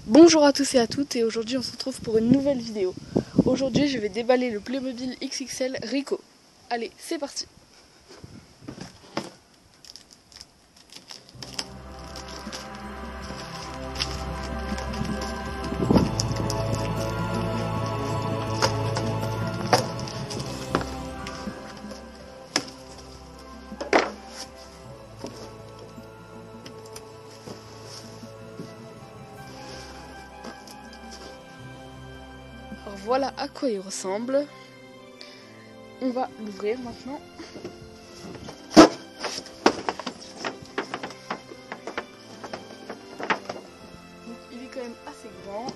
Bonjour à tous et à toutes, et aujourd'hui on se retrouve pour une nouvelle vidéo. Aujourd'hui je vais déballer le Playmobil XXL Rico. Allez, c'est parti. Alors voilà à quoi il ressemble. On va l'ouvrir maintenant. Donc il est quand même assez grand.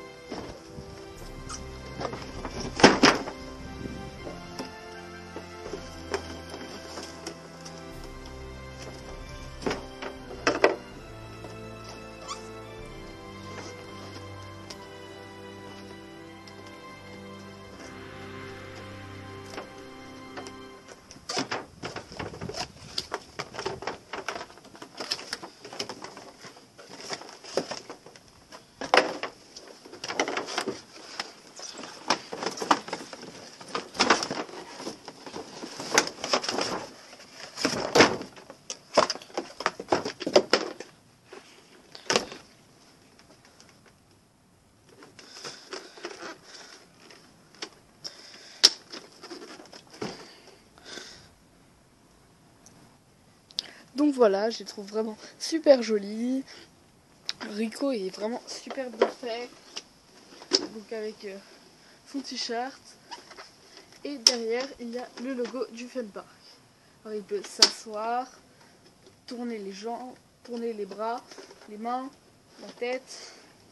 Donc voilà, je les trouve vraiment super jolis. Rico est vraiment super bien fait. Donc avec son t-shirt. Et derrière, il y a le logo du Fun Park. Alors il peut s'asseoir, tourner les jambes, tourner les bras, les mains, la tête,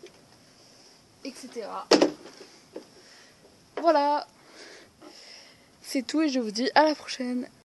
etc. Voilà, c'est tout et je vous dis à la prochaine.